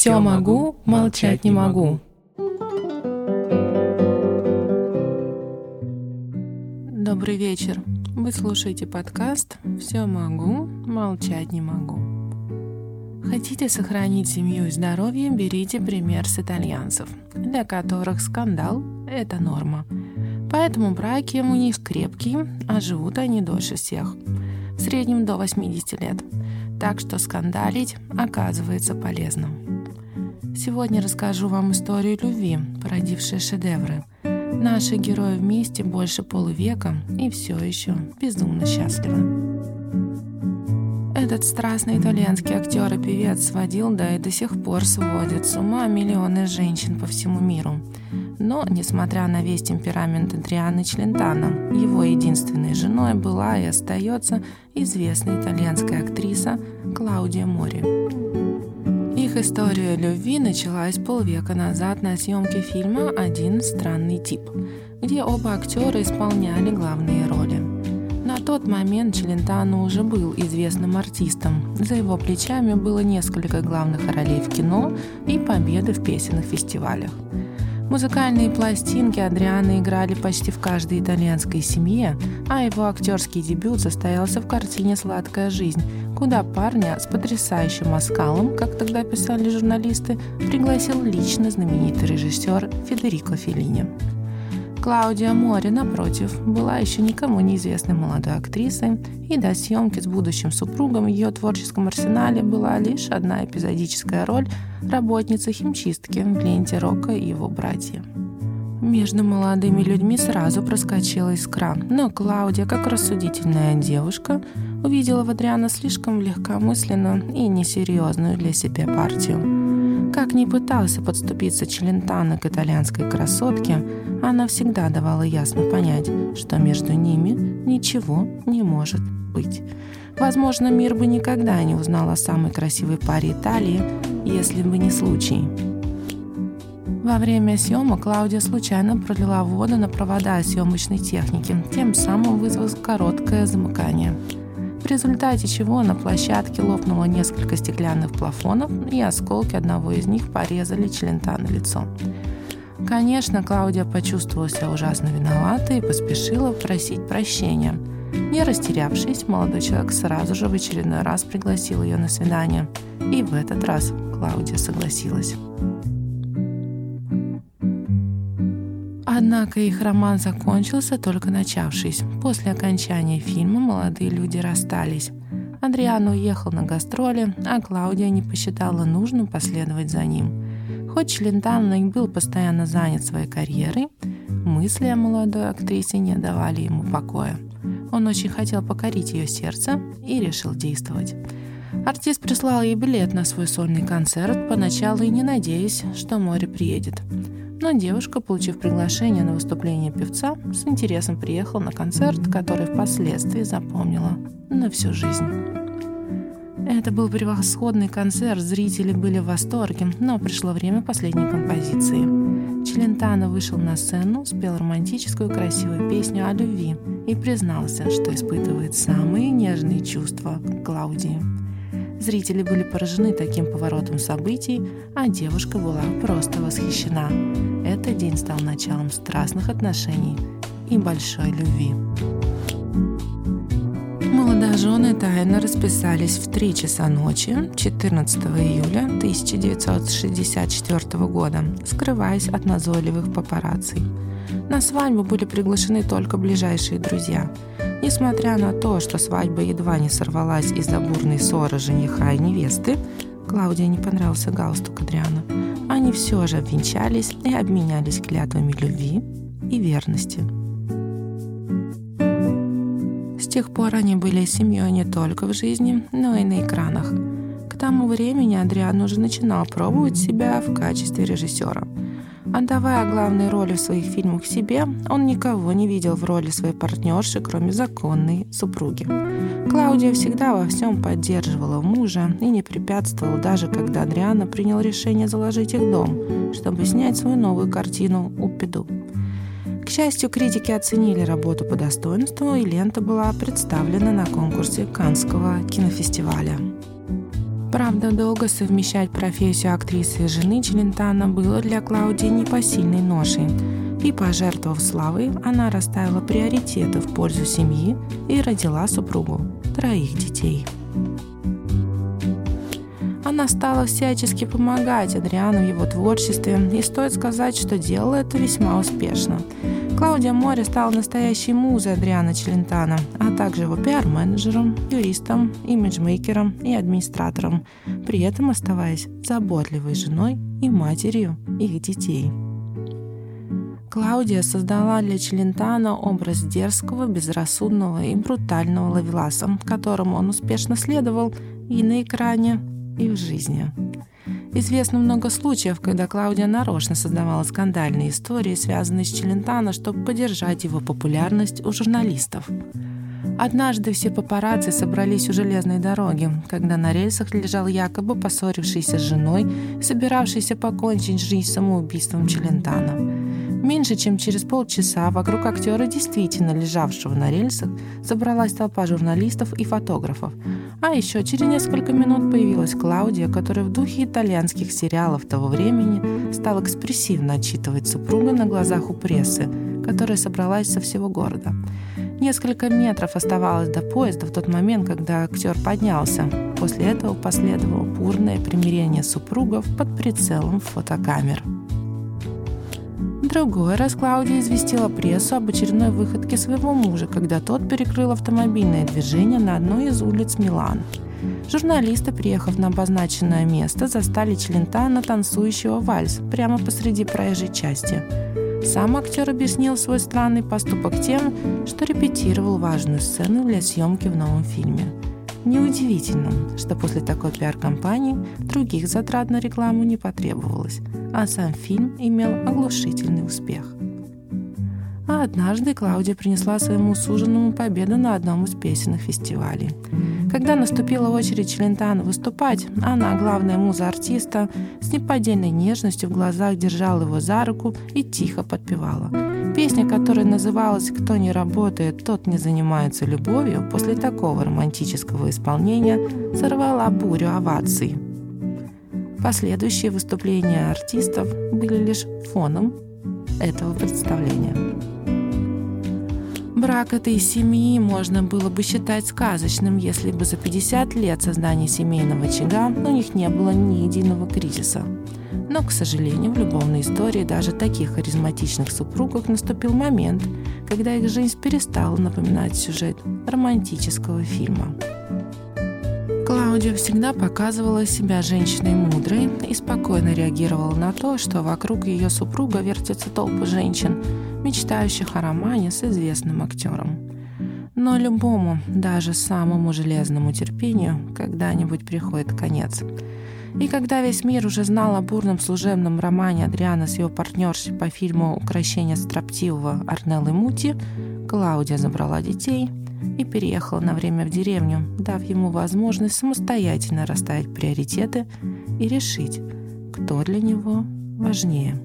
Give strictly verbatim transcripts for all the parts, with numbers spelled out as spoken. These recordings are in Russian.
Все могу, молчать не могу. Добрый вечер. Вы слушаете подкаст «Все могу, молчать не могу». Хотите сохранить семью и здоровье, берите пример с итальянцев, для которых скандал – это норма. Поэтому браки у них крепкие, а живут они дольше всех. В среднем до восемьдесят лет. Так что скандалить оказывается полезным. Сегодня расскажу вам историю любви, породившие шедевры. Наши герои вместе больше полувека и все еще безумно счастливы. Этот страстный итальянский актер и певец сводил, да и до сих пор сводит с ума миллионы женщин по всему миру. Но, несмотря на весь темперамент Адриано Челентано, его единственной женой была и остается известная итальянская актриса Клаудия Мори. Их история любви началась полвека назад на съемке фильма «Один странный тип», где оба актера исполняли главные роли. На тот момент Челентано уже был известным артистом. За его плечами было несколько главных ролей в кино и победы в песенных фестивалях. Музыкальные пластинки Адриано играли почти в каждой итальянской семье, а его актерский дебют состоялся в картине «Сладкая жизнь», куда парня с потрясающим оскалом, как тогда писали журналисты, пригласил лично знаменитый режиссер Федерико Феллини. Клаудия Мори, напротив, была еще никому неизвестной молодой актрисой, и до съемки с будущим супругом в ее творческом арсенале была лишь одна эпизодическая роль работницы химчистки в ленте Рокко и его братья. Между молодыми людьми сразу проскочила искра, но Клаудия, как рассудительная девушка, увидела в Адриано слишком легкомысленную и несерьезную для себя партию. Как ни пытался подступиться Челентано к итальянской красотке, она всегда давала ясно понять, что между ними ничего не может быть. Возможно, мир бы никогда не узнал о самой красивой паре Италии, если бы не случай. Во время съемок Клаудия случайно пролила воду на провода съемочной техники, тем самым вызвав короткое замыкание. В результате чего на площадке лопнуло несколько стеклянных плафонов, и осколки одного из них порезали Челентано лицо. Конечно, Клаудия почувствовала себя ужасно виноватой и поспешила просить прощения. Не растерявшись, молодой человек сразу же в очередной раз пригласил ее на свидание. И в этот раз Клаудия согласилась. Однако их роман закончился, только начавшись. После окончания фильма молодые люди расстались. Адриано уехал на гастроли, а Клаудия не посчитала нужным последовать за ним. Хоть Челентано и был постоянно занят своей карьерой, мысли о молодой актрисе не давали ему покоя. Он очень хотел покорить ее сердце и решил действовать. Артист прислал ей билет на свой сольный концерт, поначалу и не надеясь, что Мори приедет. Но девушка, получив приглашение на выступление певца, с интересом приехала на концерт, который впоследствии запомнила на всю жизнь. Это был превосходный концерт, зрители были в восторге, но пришло время последней композиции. Челентано вышел на сцену, спел романтическую красивую песню о любви и признался, что испытывает самые нежные чувства к Клаудии. Зрители были поражены таким поворотом событий, а девушка была просто восхищена. Этот день стал началом страстных отношений и большой любви. Молодожены тайно расписались в три часа ночи четырнадцатого июля тысяча девятьсот шестьдесят четвёртого года, скрываясь от назойливых папарацци. На свадьбу были приглашены только ближайшие друзья. Несмотря на то, что свадьба едва не сорвалась из-за бурной ссоры жениха и невесты, Клаудии не понравился галстук Адриано. Они все же обвенчались и обменялись клятвами любви и верности. С тех пор они были семьей не только в жизни, но и на экранах. К тому времени Адриано уже начинал пробовать себя в качестве режиссера. Отдавая главные роли в своих фильмах себе, он никого не видел в роли своей партнерши, кроме законной супруги. Клаудия всегда во всем поддерживала мужа и не препятствовала, даже когда Адриано принял решение заложить их дом, чтобы снять свою новую картину «Уппиду». К счастью, критики оценили работу по достоинству, и лента была представлена на конкурсе Каннского кинофестиваля. Правда, долго совмещать профессию актрисы и жены Челентано было для Клаудии непосильной ношей. И, пожертвовав славой, она расставила приоритеты в пользу семьи и родила супругу троих детей. Она стала всячески помогать Адриано в его творчестве, и стоит сказать, что делала это весьма успешно. Клаудия Мори стала настоящей музой Адриано Челентано, а также его пиар-менеджером, юристом, имиджмейкером и администратором, при этом оставаясь заботливой женой и матерью их детей. Клаудия создала для Челентано образ дерзкого, безрассудного и брутального ловеласа, которому он успешно следовал и на экране, и в жизни. Известно много случаев, когда Клаудия нарочно создавала скандальные истории, связанные с Челентано, чтобы поддержать его популярность у журналистов. Однажды все папарацци собрались у железной дороги, когда на рельсах лежал якобы поссорившийся с женой, собиравшийся покончить жизнь самоубийством Челентано. Меньше чем через полчаса вокруг актера, действительно лежавшего на рельсах, собралась толпа журналистов и фотографов. А еще через несколько минут появилась Клаудия, которая в духе итальянских сериалов того времени стала экспрессивно отчитывать супруга на глазах у прессы, которая собралась со всего города. Несколько метров оставалось до поезда в тот момент, когда актер поднялся. После этого последовало бурное примирение супругов под прицелом фотокамер. Другой раз Клаудия известила прессу об очередной выходке своего мужа, когда тот перекрыл автомобильное движение на одной из улиц Милана. Журналисты, приехав на обозначенное место, застали Челентано танцующего вальс прямо посреди проезжей части. Сам актер объяснил свой странный поступок тем, что репетировал важную сцену для съемки в новом фильме. Неудивительно, что после такой пиар-кампании других затрат на рекламу не потребовалось, а сам фильм имел оглушительный успех. А однажды Клаудия принесла своему суженому победу на одном из песенных фестивалей. Когда наступила очередь Челентано выступать, она, главная муза артиста, с неподдельной нежностью в глазах держала его за руку и тихо подпевала. Песня, которая называлась «Кто не работает, тот не занимается любовью», после такого романтического исполнения сорвала бурю оваций. Последующие выступления артистов были лишь фоном этого представления. Брак этой семьи можно было бы считать сказочным, если бы за пятьдесят лет создания семейного очага у них не было ни единого кризиса. Но, к сожалению, в любовной истории даже таких харизматичных супругов наступил момент, когда их жизнь перестала напоминать сюжет романтического фильма. Клаудия всегда показывала себя женщиной мудрой и спокойно реагировала на то, что вокруг ее супруга вертятся толпы женщин, мечтающих о романе с известным актером. Но любому, даже самому железному терпению, когда-нибудь приходит конец. И когда весь мир уже знал о бурном служебном романе Адриано с его партнершей по фильму «Укрощение строптивого» Орнеллой Мути, Клаудия забрала детей и переехала на время в деревню, дав ему возможность самостоятельно расставить приоритеты и решить, кто для него важнее.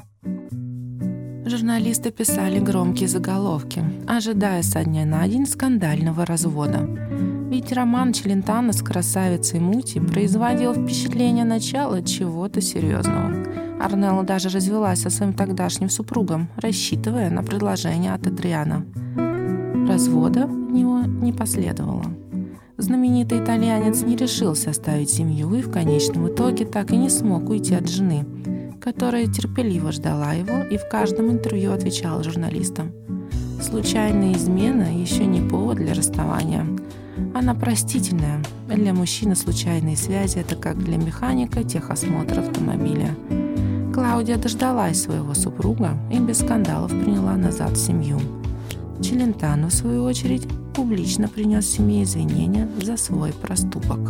Журналисты писали громкие заголовки, ожидая со дня на день скандального развода. Ведь роман Челентано с красавицей Мути производил впечатление начала чего-то серьезного. Орнелла даже развелась со своим тогдашним супругом, рассчитывая на предложение от Адриано. Развода от него не последовало. Знаменитый итальянец не решился оставить семью и в конечном итоге так и не смог уйти от жены, которая терпеливо ждала его и в каждом интервью отвечала журналистам. Случайная измена еще не повод для расставания. Она простительная. Для мужчины случайные связи – это как для механика техосмотр автомобиля. Клаудия дождалась своего супруга и без скандалов приняла назад семью. Челентано, в свою очередь, публично принес семье извинения за свой проступок.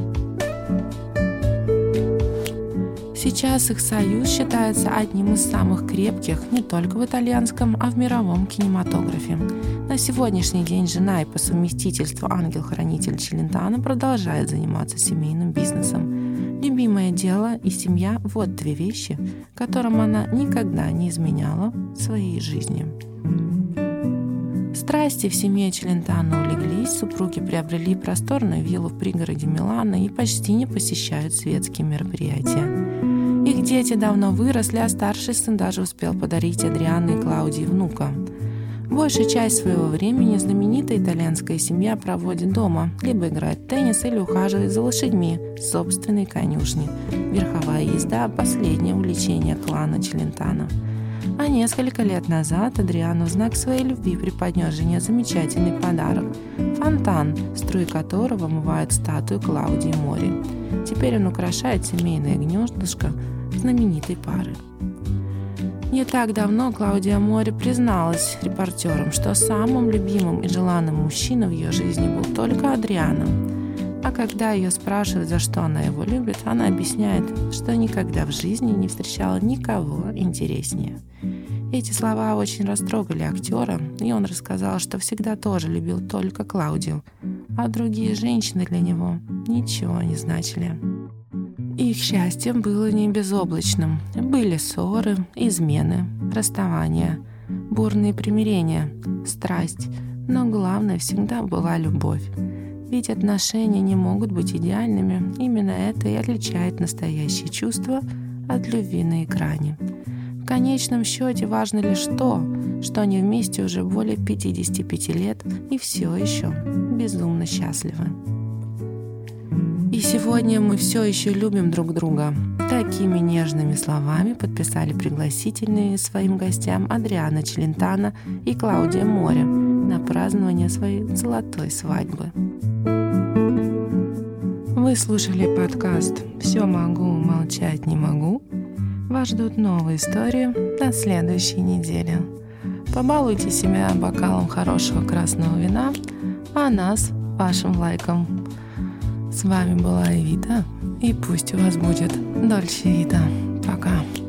Сейчас их союз считается одним из самых крепких не только в итальянском, а в мировом кинематографе. На сегодняшний день жена и по совместительству ангел-хранитель Челентано продолжает заниматься семейным бизнесом. Любимое дело и семья – вот две вещи, которым она никогда не изменяла в своей жизни. Страсти в семье Челентано улеглись, супруги приобрели просторную виллу в пригороде Милана и почти не посещают светские мероприятия. Их дети давно выросли, а старший сын даже успел подарить Адриане и Клаудии внука. Большую часть своего времени знаменитая итальянская семья проводит дома, либо играет в теннис или ухаживает за лошадьми в собственной конюшне. Верховая езда – последнее увлечение клана Челентано. А несколько лет назад Адриано в знак своей любви преподнес жене замечательный подарок – фонтан, струи которого омывают статую Клаудии Мори. Теперь он украшает семейное гнездышко знаменитой пары. Не так давно Клаудия Мори призналась репортерам, что самым любимым и желанным мужчиной в ее жизни был только Адриано. А когда ее спрашивают, за что она его любит, она объясняет, что никогда в жизни не встречала никого интереснее. Эти слова очень растрогали актера, и он рассказал, что всегда тоже любил только Клаудию, а другие женщины для него ничего не значили. Их счастье было не безоблачным. Были ссоры, измены, расставания, бурные примирения, страсть, но главное всегда была любовь. Ведь отношения не могут быть идеальными, именно это и отличает настоящие чувства от любви на экране. В конечном счете важно лишь то, что они вместе уже более пятидесяти пяти лет и все еще безумно счастливы. И сегодня мы все еще любим друг друга. Такими нежными словами подписали пригласительные своим гостям Адриано Челентано и Клаудия Мори на празднование своей золотой свадьбы. Вы слушали подкаст «Все могу, молчать не могу». Вас ждут новые истории на следующей неделе. Побалуйте себя бокалом хорошего красного вина, а нас вашим лайком. С вами была Эвита, и пусть у вас будет Дольче Вита. Пока.